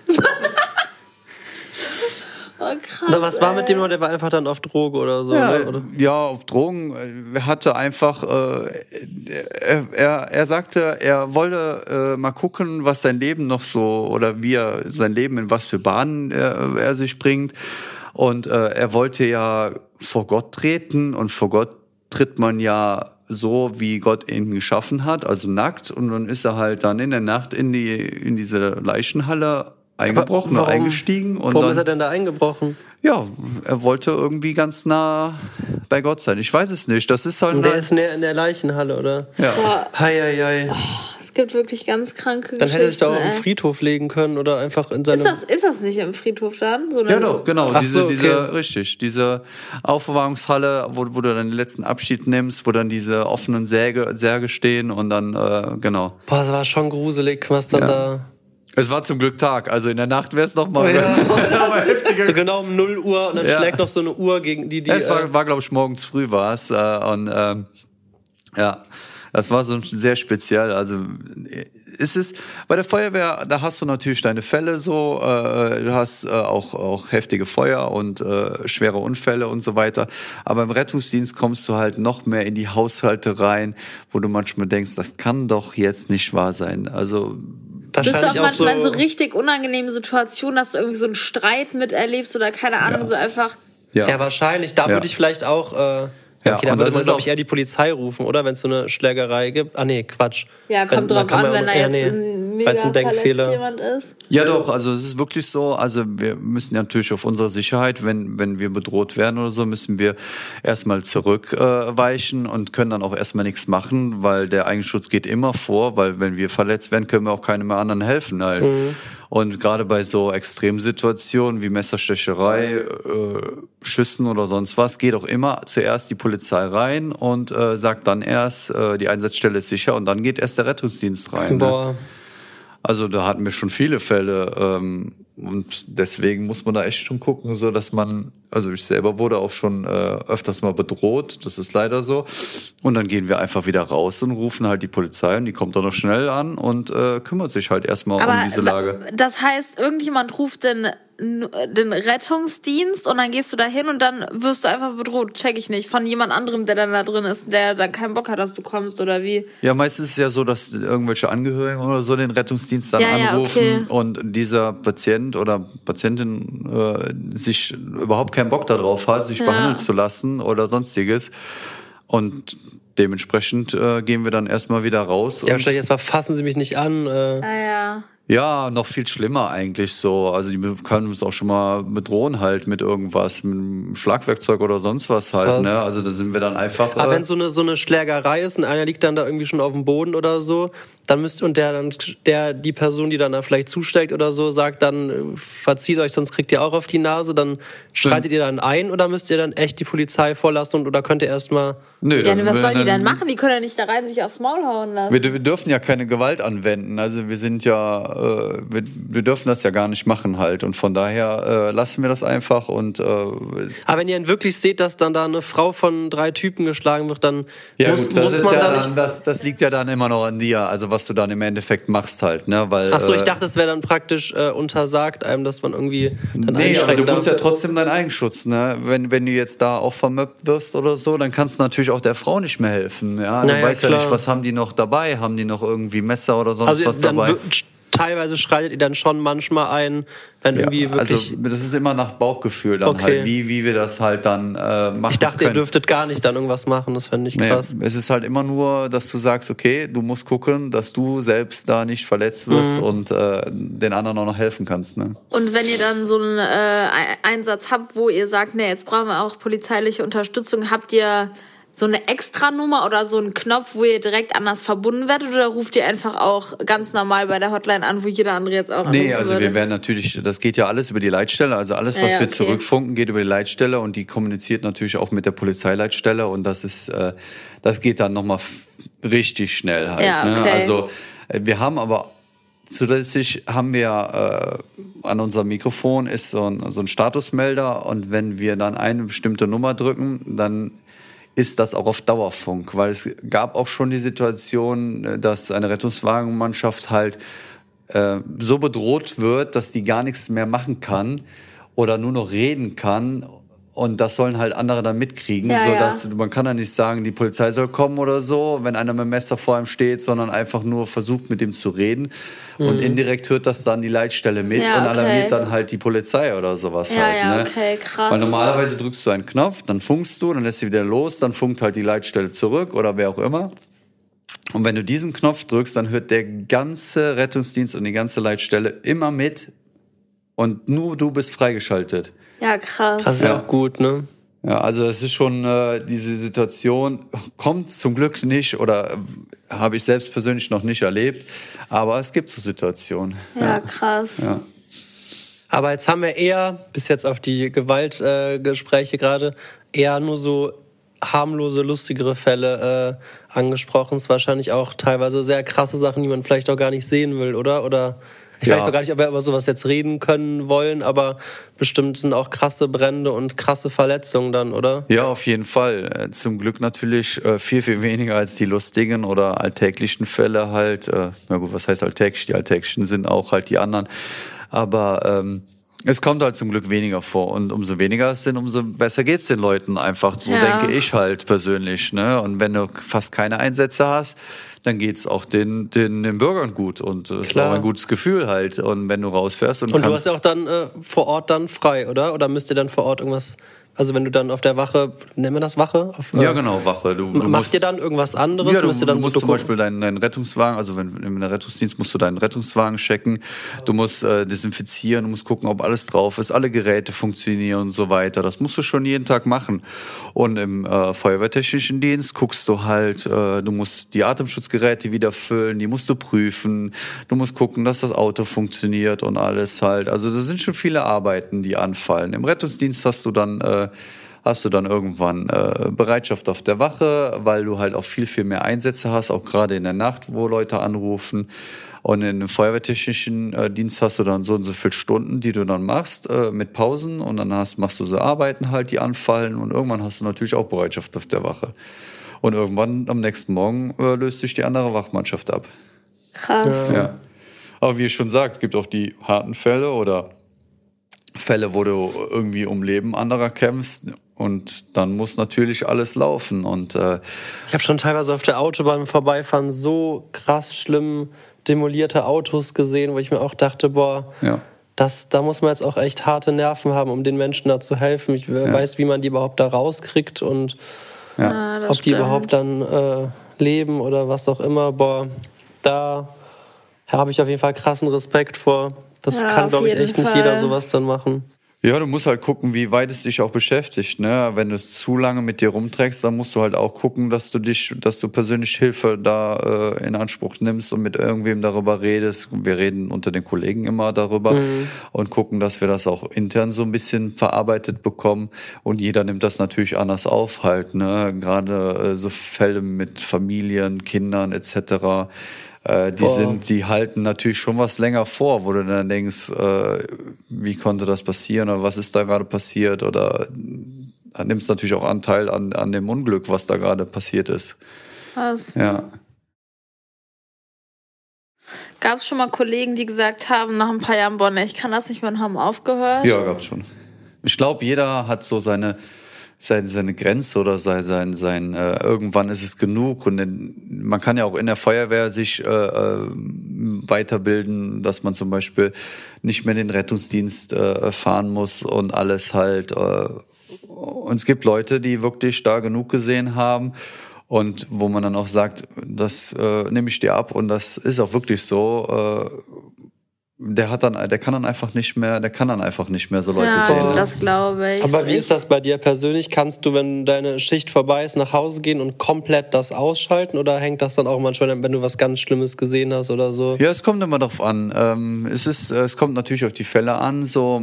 Oh, krass, Na, was war mit dem? Der war einfach dann auf Droge oder so, ja, ne? Oder? Ja, auf Drogen. Er hatte einfach, er sagte, er wollte mal gucken, was sein Leben noch so, oder wie er sein Leben, in was für Bahnen er sich bringt. Und er wollte ja vor Gott treten und vor Gott tritt man ja so, wie Gott ihn geschaffen hat, also nackt. Und dann ist er halt dann in der Nacht in diese Leichenhalle eingebrochen, eingestiegen. Und warum dann, ist er denn da eingebrochen? Ja, er wollte irgendwie ganz nah bei Gott sein. Ich weiß es nicht. Das ist halt. Und der ist in der Leichenhalle, oder? Ja. Boah, Hei, hei, hei. es gibt wirklich ganz kranke Dann Geschichten. hätte er sich da auch auf den Friedhof legen können oder einfach in seinem... Ist das nicht im Friedhof dann? So Ja, doch, genau. Ach so, okay. Diese Aufbewahrungshalle, wo du dann den letzten Abschied nimmst, wo dann diese offenen Särge stehen und dann, genau. Boah, das war schon gruselig, was dann da... Es war zum Glück Tag, also in der Nacht wäre es noch mal So genau um 0 Uhr und dann schlägt noch so eine Uhr gegen die... Es war glaube ich, morgens früh war es. Ja, das war so sehr speziell. Also ist es bei der Feuerwehr, da hast du natürlich deine Fälle so, du hast auch heftige Feuer und schwere Unfälle und so weiter. Aber im Rettungsdienst kommst du halt noch mehr in die Haushalte rein, wo du manchmal denkst, das kann doch jetzt nicht wahr sein. Also bist du auch manchmal in so richtig unangenehme Situationen, dass du irgendwie so einen Streit miterlebst oder keine Ahnung, so einfach... Ja, wahrscheinlich. Da würde ich vielleicht auch... okay, da würde man, glaube ich, eher die Polizei rufen, oder? Wenn es so eine Schlägerei gibt. Ah, nee, Quatsch. Ja, kommt drauf an, wenn da jetzt ein mega verletzt jemand ist. Ja, doch, also es ist wirklich so, also wir müssen ja natürlich auf unsere Sicherheit, wenn wir bedroht werden oder so, müssen wir erstmal zurückweichen und können dann auch erstmal nichts machen, weil der Eigenschutz geht immer vor, weil wenn wir verletzt werden, können wir auch keinem mehr anderen helfen halt. Mhm. Und gerade bei so Extremsituationen wie Messerstecherei, Schüssen oder sonst was, geht auch immer zuerst die Polizei rein und sagt dann erst, die Einsatzstelle ist sicher und dann geht erst der Rettungsdienst rein. Boah. Ne? Also da hatten wir schon viele Fälle und deswegen muss man da echt schon gucken, so dass man, also ich selber wurde auch schon öfters mal bedroht, das ist leider so. Und dann gehen wir einfach wieder raus und rufen halt die Polizei und die kommt dann noch schnell an und kümmert sich halt erstmal um diese Lage. Das heißt, irgendjemand ruft den Rettungsdienst und dann gehst du da hin und dann wirst du einfach bedroht, check ich nicht, von jemand anderem, der dann da drin ist, der dann keinen Bock hat, dass du kommst oder wie? Ja, meistens ist es ja so, dass irgendwelche Angehörigen oder so den Rettungsdienst dann anrufen und dieser Patient oder Patientin sich überhaupt keinen Bock darauf hat, sich behandeln zu lassen oder sonstiges und dementsprechend gehen wir dann erstmal wieder raus. Ja, wahrscheinlich erstmal fassen Sie mich nicht an. Ja, noch viel schlimmer eigentlich so. Also die können uns auch schon mal bedrohen halt mit irgendwas, mit einem Schlagwerkzeug oder sonst was halt. Ne? Also da sind wir dann einfach. Aber wenn so eine Schlägerei ist und einer liegt dann da irgendwie schon auf dem Boden oder so, dann die Person, die dann da vielleicht zuschlägt oder so, sagt dann, verzieht euch, sonst kriegt ihr auch auf die Nase, dann streitet ihr dann ein oder müsst ihr dann echt die Polizei vorlassen oder könnt ihr erstmal... Nö, ja, was sollen die dann machen? Die können ja nicht da rein sich aufs Maul hauen lassen. Wir dürfen ja keine Gewalt anwenden. Also wir sind ja, wir dürfen das ja gar nicht machen halt. Und von daher lassen wir das einfach. Und aber wenn ihr dann wirklich seht, dass dann da eine Frau von 3 Typen geschlagen wird, dann muss man ja das liegt ja dann immer noch an dir. Also was du dann im Endeffekt machst halt, ne? Weil, ach so, ich dachte, das wäre dann praktisch untersagt einem, dass man irgendwie dann aber du musst ja trotzdem deinen Eigenschutz, ne? Wenn du jetzt da auch vermöppt wirst oder so, dann kannst du natürlich auch der Frau nicht mehr helfen. Ja? Du weißt ja nicht, was haben die noch dabei? Haben die noch irgendwie Messer oder sonst was dabei? Teilweise schreitet ihr dann schon manchmal ein, wenn irgendwie wirklich... Also das ist immer nach Bauchgefühl dann halt, wie wir das halt dann machen Ich dachte, können. Ihr dürftet gar nicht dann irgendwas machen, das fände ich krass. Es ist halt immer nur, dass du sagst, okay, du musst gucken, dass du selbst da nicht verletzt wirst und den anderen auch noch helfen kannst. Ne? Und wenn ihr dann so einen Einsatz habt, wo ihr sagt, nee, jetzt brauchen wir auch polizeiliche Unterstützung, habt ihr so eine Extranummer oder so einen Knopf, wo ihr direkt anders verbunden werdet, oder ruft ihr einfach auch ganz normal bei der Hotline an, wo jeder andere jetzt auch anrufen Nee, also würde? wir werden natürlich, das geht ja alles über die Leitstelle, also alles, was wir zurückfunken, geht über die Leitstelle und die kommuniziert natürlich auch mit der Polizeileitstelle und das geht dann nochmal richtig schnell halt. Ja, okay. Ne? Also wir haben aber zusätzlich haben wir an unserem Mikrofon ist so ein Statusmelder und wenn wir dann eine bestimmte Nummer drücken, dann ist das auch auf Dauerfunk, weil es gab auch schon die Situation, dass eine Rettungswagenmannschaft halt so bedroht wird, dass die gar nichts mehr machen kann oder nur noch reden kann. Und das sollen halt andere dann mitkriegen, sodass man kann dann nicht sagen, die Polizei soll kommen oder so, wenn einer mit dem Messer vor ihm steht, sondern einfach nur versucht, mit ihm zu reden. Und indirekt hört das dann die Leitstelle mit und alarmiert dann halt die Polizei oder sowas halt. Ne? Okay, krass. Weil normalerweise drückst du einen Knopf, dann funkst du, dann lässt du wieder los, dann funkt halt die Leitstelle zurück oder wer auch immer. Und wenn du diesen Knopf drückst, dann hört der ganze Rettungsdienst und die ganze Leitstelle immer mit und nur du bist freigeschaltet. Ja, krass. Das ist ja auch gut, ne? Ja, also es ist schon, diese Situation kommt zum Glück nicht oder habe ich selbst persönlich noch nicht erlebt, aber es gibt so Situationen. Ja, krass. Ja. Aber jetzt haben wir eher, bis jetzt auf die Gewaltgespräche gerade, eher nur so harmlose, lustigere Fälle angesprochen. Es ist wahrscheinlich auch teilweise sehr krasse Sachen, die man vielleicht auch gar nicht sehen will, oder? Oder ich weiß auch gar nicht, ob wir über sowas jetzt reden können wollen, aber bestimmt sind auch krasse Brände und krasse Verletzungen dann, oder? Ja, auf jeden Fall. Zum Glück natürlich viel, viel weniger als die lustigen oder alltäglichen Fälle halt. Na gut, was heißt alltäglich? Die alltäglichen sind auch halt die anderen. Aber es kommt halt zum Glück weniger vor. Und umso weniger es sind, umso besser geht's den Leuten einfach. So denke ich halt persönlich. Ne? Und wenn du fast keine Einsätze hast, dann geht's auch den Bürgern gut. Und das ist auch ein gutes Gefühl halt. Und wenn du rausfährst und du hast ja auch dann vor Ort dann frei, oder? Oder müsst ihr dann vor Ort irgendwas... Also wenn du dann auf der Wache, nennen wir das Wache? Ja, genau, Wache. Du machst ihr dann irgendwas anderes? Ja, du musst zum Beispiel deinen Rettungswagen, also wenn im Rettungsdienst musst du deinen Rettungswagen checken, du musst desinfizieren, du musst gucken, ob alles drauf ist, alle Geräte funktionieren und so weiter. Das musst du schon jeden Tag machen. Und im feuerwehrtechnischen Dienst guckst du halt, du musst die Atemschutzgeräte wieder füllen, die musst du prüfen, du musst gucken, dass das Auto funktioniert und alles halt. Also das sind schon viele Arbeiten, die anfallen. Im Rettungsdienst hast du dann irgendwann Bereitschaft auf der Wache, weil du halt auch viel, viel mehr Einsätze hast, auch gerade in der Nacht, wo Leute anrufen. Und in dem feuerwehrtechnischen Dienst hast du dann so und so viele Stunden, die du dann machst, mit Pausen. Und dann machst du so Arbeiten halt, die anfallen. Und irgendwann hast du natürlich auch Bereitschaft auf der Wache. Und irgendwann am nächsten Morgen löst sich die andere Wachmannschaft ab. Krass. Ja. Aber wie ich schon sagt, es gibt auch die harten Fälle oder Fälle, wo du irgendwie um Leben anderer kämpfst und dann muss natürlich alles laufen. Und ich habe schon teilweise auf der Autobahn beim Vorbeifahren so krass schlimm demolierte Autos gesehen, wo ich mir auch dachte, boah, da muss man jetzt auch echt harte Nerven haben, um den Menschen da zu helfen. Ich weiß, wie man die überhaupt da rauskriegt und ob die überhaupt dann leben oder was auch immer. Boah, da Da habe ich auf jeden Fall krassen Respekt vor. Das kann, glaube ich, echt nicht jeder sowas dann machen. Ja, du musst halt gucken, wie weit es dich auch beschäftigt, ne? Wenn du es zu lange mit dir rumträgst, dann musst du halt auch gucken, dass du persönlich Hilfe da in Anspruch nimmst und mit irgendwem darüber redest. Wir reden unter den Kollegen immer darüber und gucken, dass wir das auch intern so ein bisschen verarbeitet bekommen. Und jeder nimmt das natürlich anders auf halt, ne? Gerade so Fälle mit Familien, Kindern etc. Die halten natürlich schon was länger vor, wo du dann denkst, wie konnte das passieren oder was ist da gerade passiert oder nimmst natürlich auch Anteil an dem Unglück, was da gerade passiert ist. Was? Ja. Gab es schon mal Kollegen, die gesagt haben, nach ein paar Jahren, boah, ne, ich kann das nicht mehr und haben aufgehört? Ja, gab's schon. Ich glaube, jeder hat so seine Grenze oder irgendwann ist es genug und man kann ja auch in der Feuerwehr sich weiterbilden, dass man zum Beispiel nicht mehr den Rettungsdienst fahren muss und alles halt. Und es gibt Leute, die wirklich da genug gesehen haben und wo man dann auch sagt, das nehme ich dir ab und das ist auch wirklich so. Der kann dann einfach nicht mehr so Leute sehen. Ja, das glaube ich. Aber wie ist das bei dir persönlich? Kannst du, wenn deine Schicht vorbei ist, nach Hause gehen und komplett das ausschalten? Oder hängt das dann auch manchmal, wenn du was ganz Schlimmes gesehen hast oder so? Ja, es kommt immer drauf an. Es kommt natürlich auf die Fälle an. So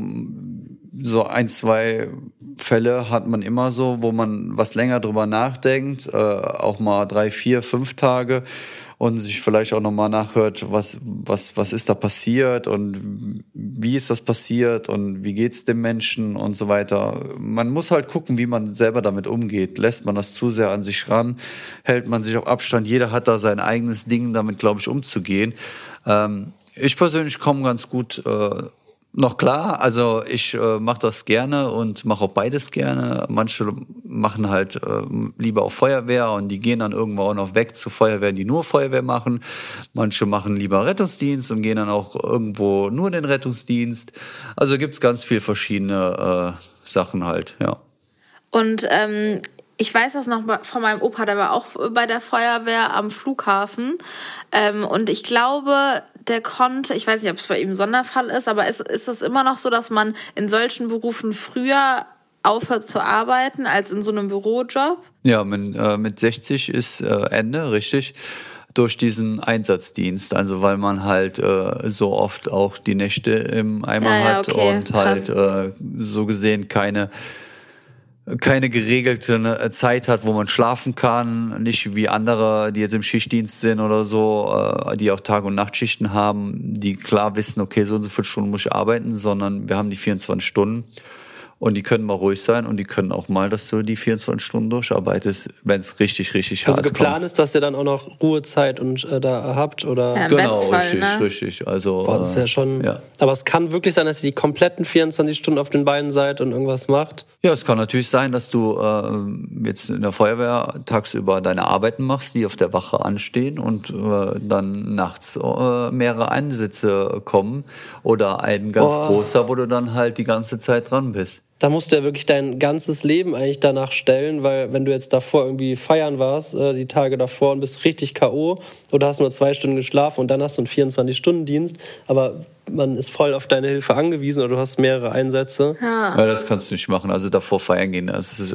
1, 2 Fälle hat man immer so, wo man was länger drüber nachdenkt, auch mal 3, 4, 5 Tage und sich vielleicht auch nochmal nachhört, was ist da passiert und wie ist das passiert und wie geht's dem Menschen und so weiter. Man muss halt gucken, wie man selber damit umgeht. Lässt man das zu sehr an sich ran? Hält man sich auf Abstand? Jeder hat da sein eigenes Ding, damit, glaube ich, umzugehen. Ich persönlich komme ganz gut noch klar, also ich mache das gerne und mache auch beides gerne. Manche machen halt lieber auch Feuerwehr und die gehen dann irgendwo auch noch weg zu Feuerwehren, die nur Feuerwehr machen. Manche machen lieber Rettungsdienst und gehen dann auch irgendwo nur in den Rettungsdienst. Also gibt's ganz viel verschiedene Sachen halt, ja. Und ich weiß das noch von meinem Opa, der war auch bei der Feuerwehr am Flughafen. Und ich glaube, ich weiß nicht, ob es bei ihm ein Sonderfall ist, aber ist es immer noch so, dass man in solchen Berufen früher aufhört zu arbeiten als in so einem Bürojob? Ja, mit 60 ist Ende, richtig. Durch diesen Einsatzdienst, also weil man halt so oft auch die Nächte im Eimer hat und halt so gesehen keine geregelte Zeit hat, wo man schlafen kann, nicht wie andere, die jetzt im Schichtdienst sind oder so, die auch Tag- und Nachtschichten haben, die klar wissen, okay, so und so viele Stunden muss ich arbeiten, sondern wir haben die 24 Stunden und die können mal ruhig sein und die können auch mal, dass du die 24 Stunden durcharbeitest, wenn es richtig, richtig hart kommt. Also geplant ist, dass ihr dann auch noch Ruhezeit und da habt, oder? Ja, genau, Bestfall, richtig. Also, das ist ja schon. Ja. Aber es kann wirklich sein, dass ihr die kompletten 24 Stunden auf den Beinen seid und irgendwas macht. Ja, es kann natürlich sein, dass du jetzt in der Feuerwehr tagsüber deine Arbeiten machst, die auf der Wache anstehen und dann nachts mehrere Einsätze kommen oder ein ganz großer, wo du dann halt die ganze Zeit dran bist. Da musst du ja wirklich dein ganzes Leben eigentlich danach stellen, weil wenn du jetzt davor irgendwie feiern warst, die Tage davor und bist richtig K.O. oder hast nur 2 Stunden geschlafen und dann hast du einen 24-Stunden-Dienst, aber man ist voll auf deine Hilfe angewiesen oder du hast mehrere Einsätze. Ja, das kannst du nicht machen, also davor feiern gehen. Das ist,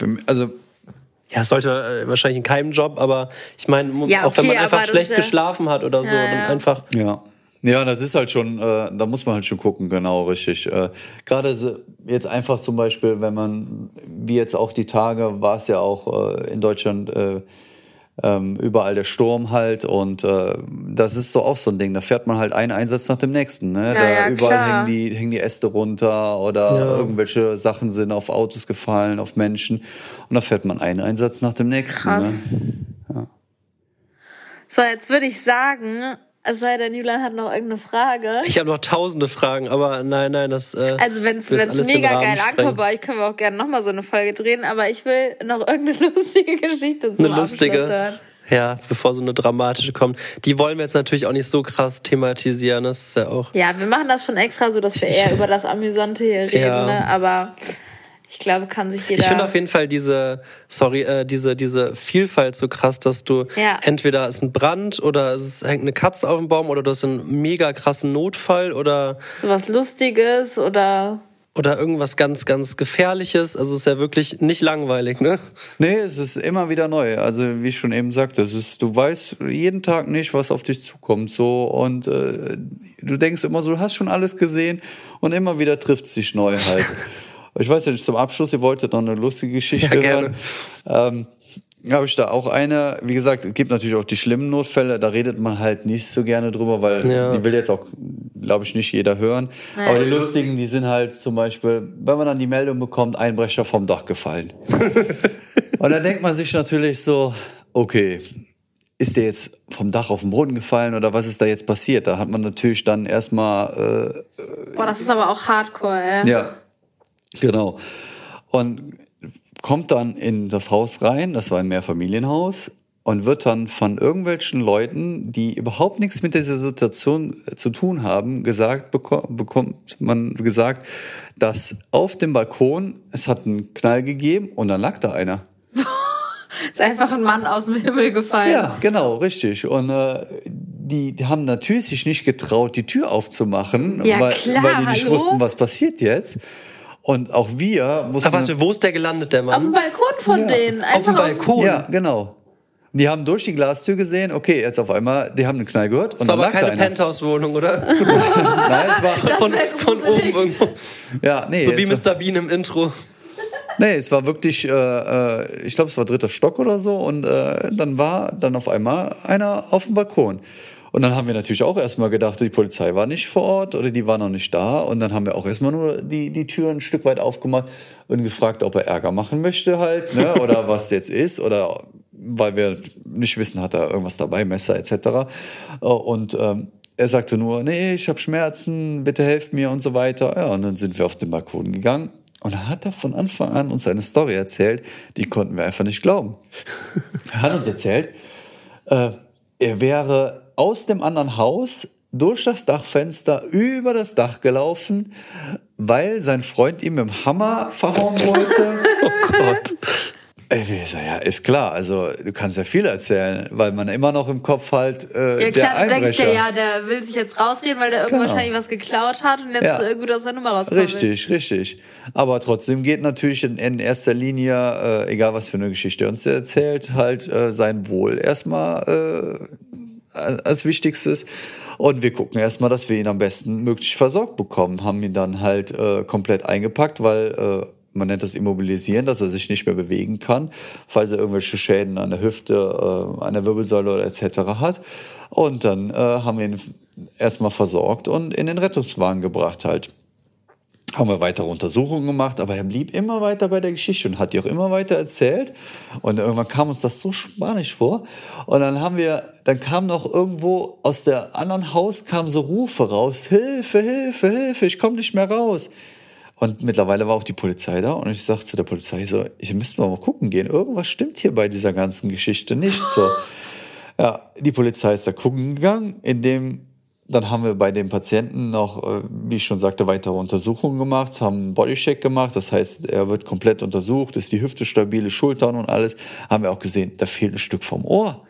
ja, es sollte wahrscheinlich in keinem Job, aber ich meine, auch wenn man einfach schlecht geschlafen hat oder so, dann einfach... Ja, das ist halt schon, da muss man halt schon gucken, genau, richtig. Gerade jetzt einfach zum Beispiel, wenn man, wie jetzt auch die Tage, war es ja auch in Deutschland überall der Sturm halt und das ist so auch so ein Ding, da fährt man halt einen Einsatz nach dem nächsten, ne? Da überall hängen die Äste runter oder irgendwelche Sachen sind auf Autos gefallen, auf Menschen und da fährt man einen Einsatz nach dem nächsten. Krass. Ne? Ja. So, jetzt würde ich sagen, es sei denn, Julian hat noch irgendeine Frage. Ich habe noch tausende Fragen, aber nein, das... Also wenn es mega geil ankommt bei euch, können wir auch gerne nochmal so eine Folge drehen, aber ich will noch irgendeine lustige Geschichte zum Abschluss hören. Ja, bevor so eine dramatische kommt. Die wollen wir jetzt natürlich auch nicht so krass thematisieren, das ist ja auch... Ja, wir machen das schon extra so, dass wir eher über das Amüsante hier reden, ne? Aber Ich glaube, kann sich jeder... Ich finde auf jeden Fall diese Vielfalt so krass, dass du entweder es ist ein Brand oder es hängt eine Katze auf dem Baum oder du hast einen mega krassen Notfall oder... Sowas Lustiges oder irgendwas ganz, ganz Gefährliches. Also es ist ja wirklich nicht langweilig, ne? Nee, es ist immer wieder neu. Also wie ich schon eben sagte, du weißt jeden Tag nicht, was auf dich zukommt. So und du denkst immer so, du hast schon alles gesehen und immer wieder trifft es dich neu halt. Ich weiß ja nicht, zum Abschluss, ihr wolltet noch eine lustige Geschichte hören. Habe ich da auch eine. Wie gesagt, es gibt natürlich auch die schlimmen Notfälle, da redet man halt nicht so gerne drüber, weil die will jetzt auch, glaube ich, nicht jeder hören. Ja. Aber die lustigen, die sind halt zum Beispiel, wenn man dann die Meldung bekommt, Einbrecher vom Dach gefallen. Und dann denkt man sich natürlich so, okay, ist der jetzt vom Dach auf den Boden gefallen oder was ist da jetzt passiert? Da hat man natürlich dann erstmal... Boah, das ist aber auch hardcore, ey. Ja, genau. Und kommt dann in das Haus rein, das war ein Mehrfamilienhaus, und wird dann von irgendwelchen Leuten, die überhaupt nichts mit dieser Situation zu tun haben, bekommt man gesagt, dass auf dem Balkon, es hat einen Knall gegeben und dann lag da einer. Ist einfach ein Mann aus dem Himmel gefallen. Ja, genau, richtig. Und die haben natürlich sich nicht getraut, die Tür aufzumachen, weil die nicht wussten, was passiert jetzt. Und auch wir mussten... Aber warte, wo ist der gelandet, der Mann? Auf dem Balkon von denen. Auf dem Balkon? Ja, genau. Die haben durch die Glastür gesehen, okay, jetzt auf einmal, die haben einen Knall gehört. Und dann lag da einer. Das war aber keine Penthouse-Wohnung, oder? Nein, es war von oben irgendwo. Ja, nee. So wie Mr. Bean im Intro. Nee, es war wirklich, ich glaube, es war 3. Stock oder so. Und dann war dann auf einmal einer auf dem Balkon. Und dann haben wir natürlich auch erstmal gedacht, die Polizei war nicht vor Ort oder die war noch nicht da. Und dann haben wir auch erstmal nur die Tür ein Stück weit aufgemacht und gefragt, ob er Ärger machen möchte halt, ne? Oder was jetzt ist. Oder weil wir nicht wissen, hat er irgendwas dabei, Messer etc. Und er sagte nur, nee, ich habe Schmerzen, bitte helft mir und so weiter. Ja, und dann sind wir auf den Balkon gegangen. Und dann hat er von Anfang an uns eine Story erzählt, die konnten wir einfach nicht glauben. Er hat uns erzählt, er wäre aus dem anderen Haus durch das Dachfenster über das Dach gelaufen, weil sein Freund ihm mit dem Hammer verhauen wollte. Oh Gott. Ey, ja, ist klar. Also du kannst ja viel erzählen, weil man immer noch im Kopf halt ja, klar, der Einbrecher. Du denkst ja, der will sich jetzt rausreden, weil der irgendwo wahrscheinlich was geklaut hat und jetzt gut aus der Nummer rauskommt. Richtig. Aber trotzdem geht natürlich in erster Linie, egal was für eine Geschichte er uns erzählt, halt sein Wohl erstmal als Wichtigstes. Und wir gucken erstmal, dass wir ihn am besten möglich versorgt bekommen. Haben ihn dann halt komplett eingepackt, weil man nennt das Immobilisieren, dass er sich nicht mehr bewegen kann, falls er irgendwelche Schäden an der Hüfte, an der Wirbelsäule oder etc. hat. Und dann haben wir ihn erstmal versorgt und in den Rettungswagen gebracht halt. Haben wir weitere Untersuchungen gemacht, aber er blieb immer weiter bei der Geschichte und hat die auch immer weiter erzählt. Und irgendwann kam uns das so spanisch vor. Und dann kam noch irgendwo aus der anderen Haus kamen so Rufe raus: Hilfe, Hilfe, Hilfe, ich komme nicht mehr raus. Und mittlerweile war auch die Polizei da und ich sagte zu der Polizei so, ich müsste mal gucken gehen, irgendwas stimmt hier bei dieser ganzen Geschichte nicht so. Ja, die Polizei ist da gucken gegangen, dann haben wir bei dem Patienten noch, wie ich schon sagte, weitere Untersuchungen gemacht, haben einen Bodycheck gemacht, das heißt, er wird komplett untersucht, ist die Hüfte stabil, Schultern und alles, haben wir auch gesehen, da fehlt ein Stück vom Ohr.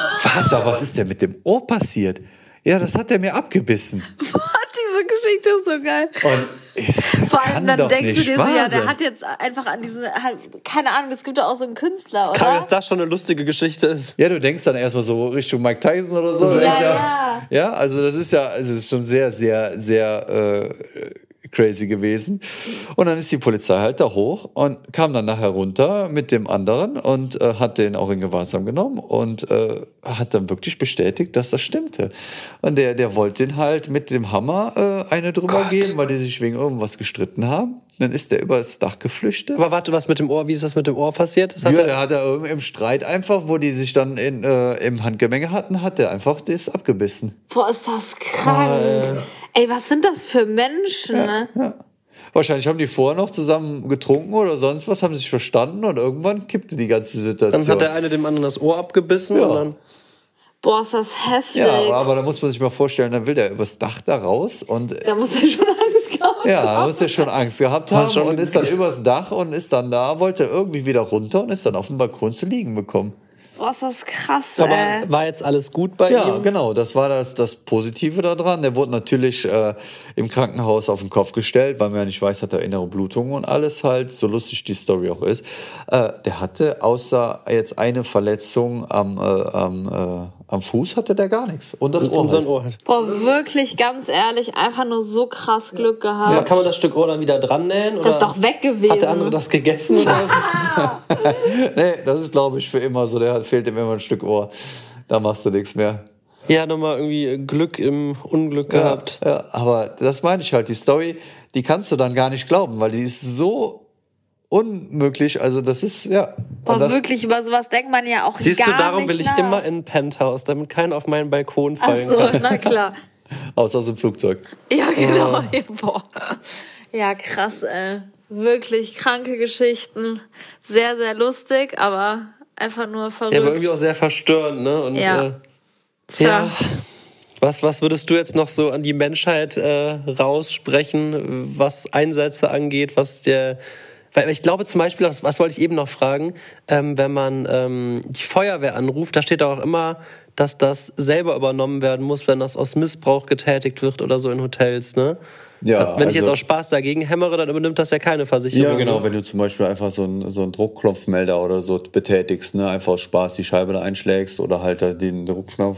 Was ist denn mit dem Ohr passiert? Ja, das hat er mir abgebissen. Diese Geschichte ist so geil. Und vor allem dann denkst du dir so, ja, der hat jetzt einfach an diesen, keine Ahnung, es gibt doch auch so einen Künstler, oder? Kann, dass das schon eine lustige Geschichte ist. Ja, du denkst dann erstmal so Richtung Mike Tyson oder so. Ja, also das ist schon sehr, sehr, sehr crazy gewesen. Und dann ist die Polizei halt da hoch und kam dann nachher runter mit dem anderen und hat den auch in Gewahrsam genommen und hat dann wirklich bestätigt, dass das stimmte. Und der wollte den halt mit dem Hammer eine drüber gehen, weil die sich wegen irgendwas gestritten haben. Dann ist der über das Dach geflüchtet. Aber warte, was mit dem Ohr? Wie ist das mit dem Ohr passiert? Der hat er im Streit einfach, wo die sich dann im Handgemenge hatten, hat der einfach das abgebissen. Boah, ist das krank. Ey, was sind das für Menschen, ne? Ja. Wahrscheinlich haben die vorher noch zusammen getrunken oder sonst was, haben sich verstanden und irgendwann kippte die ganze Situation. Dann hat der eine dem anderen das Ohr abgebissen und dann... Boah, ist das heftig. Ja, aber da muss man sich mal vorstellen, dann will der übers Dach da raus und... Da muss er schon Angst gehabt Ja, muss ja schon Angst gehabt haben und ist dann übers Dach und ist dann da, wollte irgendwie wieder runter und ist dann auf dem Balkon zu liegen bekommen. Boah, ist das krass, Aber war jetzt alles gut bei ihm? Ja, genau, das war das Positive daran. Der wurde natürlich im Krankenhaus auf den Kopf gestellt, weil man ja nicht weiß, hat er innere Blutungen und alles halt, so lustig die Story auch ist. Der hatte außer jetzt eine Verletzung am Fuß, hatte der gar nichts. Und das Ohr. Sein Ohr halt. Boah, wirklich, ganz ehrlich, einfach nur so krass Glück gehabt. Ja, kann man das Stück Ohr dann wieder dran nähen? Das ist doch weg gewesen. Hat der andere das gegessen? Oder? Nee, das ist, glaube ich, für immer so. Fehlt ihm immer ein Stück Ohr. Da machst du nichts mehr. Ja, nochmal irgendwie Glück im Unglück gehabt. Ja, aber das meine ich halt. Die Story, die kannst du dann gar nicht glauben, weil die ist so unmöglich. Also das ist, ja. Boah, wirklich, über sowas denkt man ja auch Siehst gar du, darum nicht will ich nach. immer in ein Penthouse, damit keiner auf meinen Balkon Ach fallen so, kann. na klar. Außer aus dem Flugzeug. Ja, genau. Boah. Ja, krass, ey. Wirklich kranke Geschichten. Sehr, sehr lustig, aber einfach nur verrückt. Ja, aber irgendwie auch sehr verstörend, ne? Und, Ja. Ja. Was würdest du jetzt noch so an die Menschheit raussprechen, was Einsätze angeht, weil ich glaube zum Beispiel, was wollte ich eben noch fragen, wenn man die Feuerwehr anruft, da steht da auch immer, dass das selber übernommen werden muss, wenn das aus Missbrauch getätigt wird oder so in Hotels, ne? Ja, wenn ich jetzt aus Spaß dagegen hämmere, dann übernimmt das ja keine Versicherung. Ja, genau, ne? wenn du zum Beispiel einfach so einen Druckklopfmelder oder so betätigst, ne, einfach aus Spaß die Scheibe da einschlägst oder halt den Druckknopf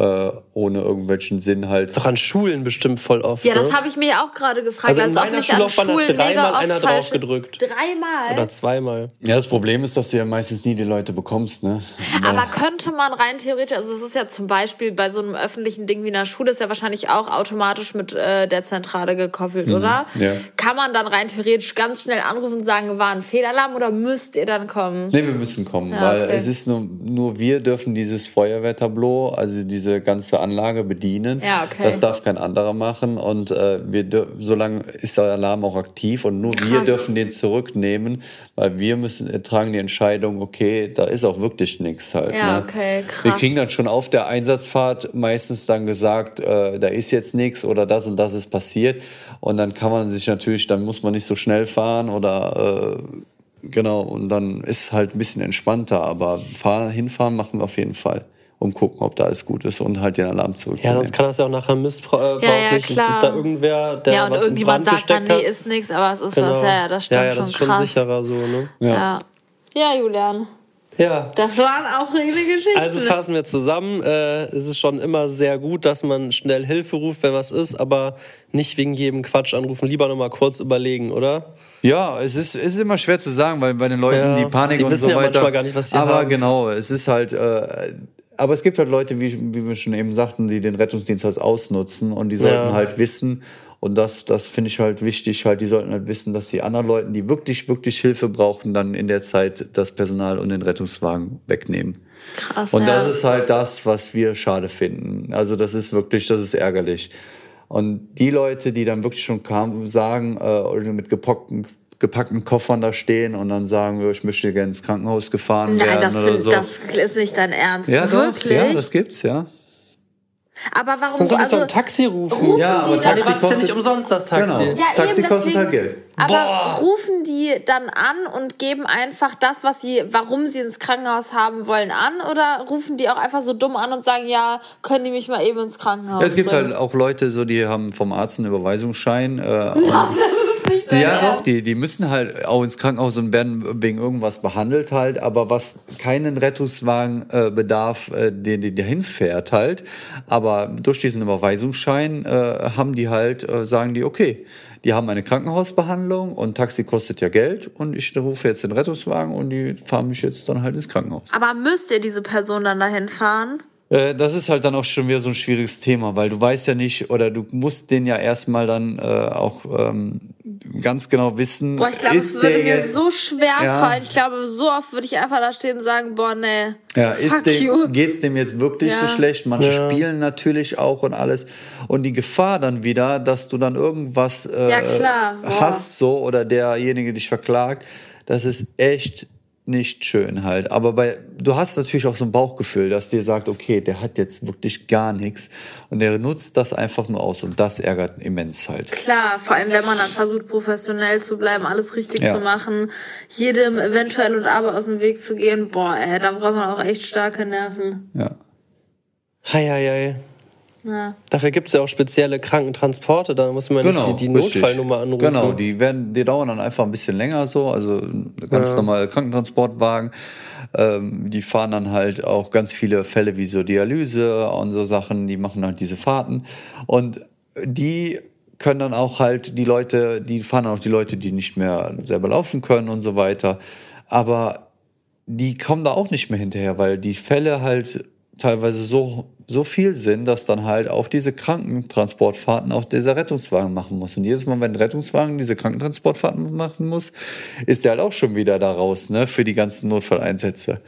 ohne irgendwelchen Sinn halt. Ist doch an Schulen bestimmt voll oft. Ja, das ne? habe ich mir auch gerade gefragt, Also in als ob meiner nicht an Schullaufbahn hat Schulen dreimal mega oft einer falsche... draufgedrückt. Dreimal? Oder zweimal. Ja, das Problem ist, dass du ja meistens nie die Leute bekommst, ne? Aber könnte man rein theoretisch, also es ist ja zum Beispiel bei so einem öffentlichen Ding wie einer Schule, ist ja wahrscheinlich auch automatisch mit der Zentrale gekoppelt, oder? Ja. Kann man dann rein theoretisch ganz schnell anrufen und sagen, war ein Fehlalarm oder müsst ihr dann kommen? Nee, wir müssen kommen, Ja, weil okay. es ist nur wir dürfen dieses Feuerwehrtableau, also diese ganze Anlage bedienen. Ja, okay. Das darf kein anderer machen und solange ist der Alarm auch aktiv und nur wir Krass. dürfen den zurücknehmen, weil wir tragen die Entscheidung, okay, da ist auch wirklich nichts halt. Ja, ne? okay, krass. Wir kriegen dann schon auf der Einsatzfahrt meistens dann gesagt, da ist jetzt nichts oder das und das ist passiert und dann kann man sich natürlich, dann muss man nicht so schnell fahren oder genau, und dann ist halt ein bisschen entspannter, aber hinfahren machen wir auf jeden Fall, um gucken, ob da alles gut ist und halt den Alarm Ja, zurückzunehmen. sonst kann das ja auch nachher missbräuchlich. Ja, Ist klar. da irgendwer, der Ja, und was ins irgendjemand Brand sagt dann, gesteckt nee, hat? ist nichts, aber es ist Genau. was. Ja, das stimmt ja, schon das ist schon krass. sicherer so, ne? Ja. Ja, Julian. Ja. Das waren auch viele Geschichten. Also fassen wir zusammen, es ist schon immer sehr gut, dass man schnell Hilfe ruft, wenn was ist, aber nicht wegen jedem Quatsch anrufen. Lieber nochmal kurz überlegen, oder? Ja, es ist immer schwer zu sagen, weil bei den Leuten Ja, die Panik die und wissen so ja weiter. manchmal gar nicht, was sie aber haben. genau, es ist halt. Aber es gibt halt Leute, wie wir schon eben sagten, die den Rettungsdienst halt ausnutzen und die sollten Ja. halt wissen. Und das finde ich halt wichtig, halt, die sollten halt wissen, dass die anderen Leuten, die wirklich, wirklich Hilfe brauchen, dann in der Zeit das Personal und den Rettungswagen wegnehmen. Krass, Und das ja. ist halt das, was wir schade finden. Also das ist ärgerlich. Und die Leute, die dann wirklich schon sagen, oder mit gepackten Koffern da stehen und dann sagen, ja, ich möchte gerne ins Krankenhaus gefahren Nein, werden oder so. das ist nicht dein Ernst. Ja, doch, Wirklich? ja, das gibt's, ja. Aber warum Dann soll ich also, doch ein Taxi rufen. rufen Ja, aber die dann Taxi Das ist ja nicht umsonst, das Taxi. Genau. Ja, Taxi eben, kostet deswegen, halt Geld. Aber Boah. rufen die dann an und geben einfach das, warum sie ins Krankenhaus haben wollen, an? Oder rufen die auch einfach so dumm an und sagen, ja, können die mich mal eben ins Krankenhaus Ja, es gibt bringen? halt auch Leute, so die haben vom Arzt einen Überweisungsschein. Nicht dein Ja, Ernst. doch, die müssen halt auch ins Krankenhaus und werden wegen irgendwas behandelt halt, aber was keinen Rettungswagen bedarf, den dahin fährt halt. Aber durch diesen Überweisungsschein haben die halt, sagen die, okay, die haben eine Krankenhausbehandlung und Taxi kostet ja Geld und ich rufe jetzt den Rettungswagen und die fahren mich jetzt dann halt ins Krankenhaus. Aber müsst ihr diese Person dann dahin fahren? Das ist halt dann auch schon wieder so ein schwieriges Thema, weil du weißt ja nicht, oder du musst den ja erstmal dann auch ganz genau wissen. Boah, ich glaube, es ist würde der mir jetzt- so schwer Ja. fallen. Ich glaube, so oft würde ich einfach da stehen und sagen, boah, nee, Ja, fuck you. geht's dem jetzt wirklich Ja. so schlecht? Manche spielen natürlich auch und alles. Und die Gefahr dann wieder, dass du dann irgendwas Ja, klar. Boah. hast so oder derjenige dich verklagt, das ist echt nicht schön halt. Aber du hast natürlich auch so ein Bauchgefühl, dass dir sagt, okay, der hat jetzt wirklich gar nichts und der nutzt das einfach nur aus und das ärgert immens halt. Klar, vor allem wenn man dann versucht, professionell zu bleiben, alles richtig zu machen, jedem eventuell und aber aus dem Weg zu gehen, boah, da braucht man auch echt starke Nerven. Ja. Hei. Ja. Dafür gibt es ja auch spezielle Krankentransporte, da muss man nicht die Notfallnummer anrufen. Genau, die dauern dann einfach ein bisschen länger so, also ganz normale Krankentransportwagen. Die fahren dann halt auch ganz viele Fälle wie so Dialyse und so Sachen, die machen halt diese Fahrten. Und die können dann auch halt die fahren dann auch die Leute, die nicht mehr selber laufen können und so weiter. Aber die kommen da auch nicht mehr hinterher, weil die Fälle halt teilweise so viel sind, dass dann halt auch diese Krankentransportfahrten auch dieser Rettungswagen machen muss. Und jedes Mal, wenn ein Rettungswagen diese Krankentransportfahrten machen muss, ist der halt auch schon wieder da raus, ne, für die ganzen Notfalleinsätze.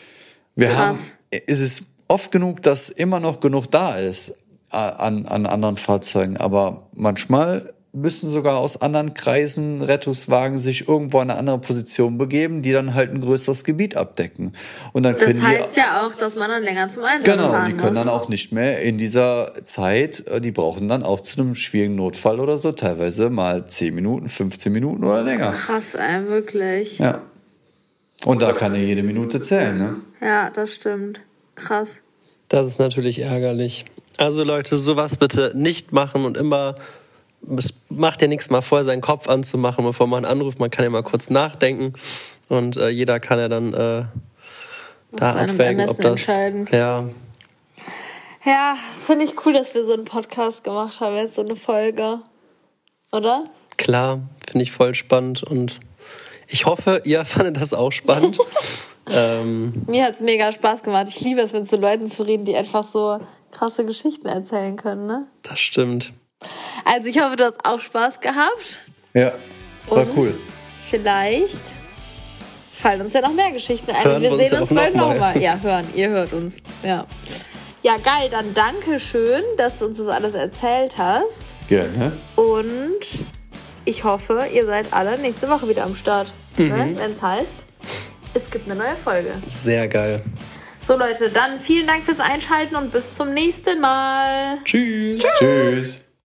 Es ist oft genug, dass immer noch genug da ist an anderen Fahrzeugen, aber manchmal müssen sogar aus anderen Kreisen Rettungswagen sich irgendwo in eine andere Position begeben, die dann halt ein größeres Gebiet abdecken. Und dann das heißt ja auch, dass man dann länger zum Einsatz fahren muss. Genau, die können dann auch nicht mehr in dieser Zeit, die brauchen dann auch zu einem schwierigen Notfall oder so, teilweise mal 10 Minuten, 15 Minuten oder länger. Krass, wirklich. Ja. Und da kann ja jede Minute zählen, ne? Ja, das stimmt. Krass. Das ist natürlich ärgerlich. Also Leute, sowas bitte nicht machen und immer... Es macht ja nichts, mal vorher seinen Kopf anzumachen, bevor man anruft. Man kann ja mal kurz nachdenken und jeder kann ja dann da abwägen, ob das... Ja, finde ich cool, dass wir so einen Podcast gemacht haben, jetzt so eine Folge. Oder? Klar, finde ich voll spannend und ich hoffe, ihr fandet das auch spannend. Mir hat es mega Spaß gemacht. Ich liebe es, mit so Leuten zu reden, die einfach so krasse Geschichten erzählen können, ne? Das stimmt. Also ich hoffe, du hast auch Spaß gehabt. Ja, war und cool. Vielleicht fallen uns ja noch mehr Geschichten ein. Wir sehen uns bald nochmal. Ja, ihr hört uns. Ja, geil, dann danke schön, dass du uns das alles erzählt hast. Gerne. Und ich hoffe, ihr seid alle nächste Woche wieder am Start. Ne? Wenn es heißt, es gibt eine neue Folge. Sehr geil. So Leute, dann vielen Dank fürs Einschalten und bis zum nächsten Mal. Tschüss. Tschüss.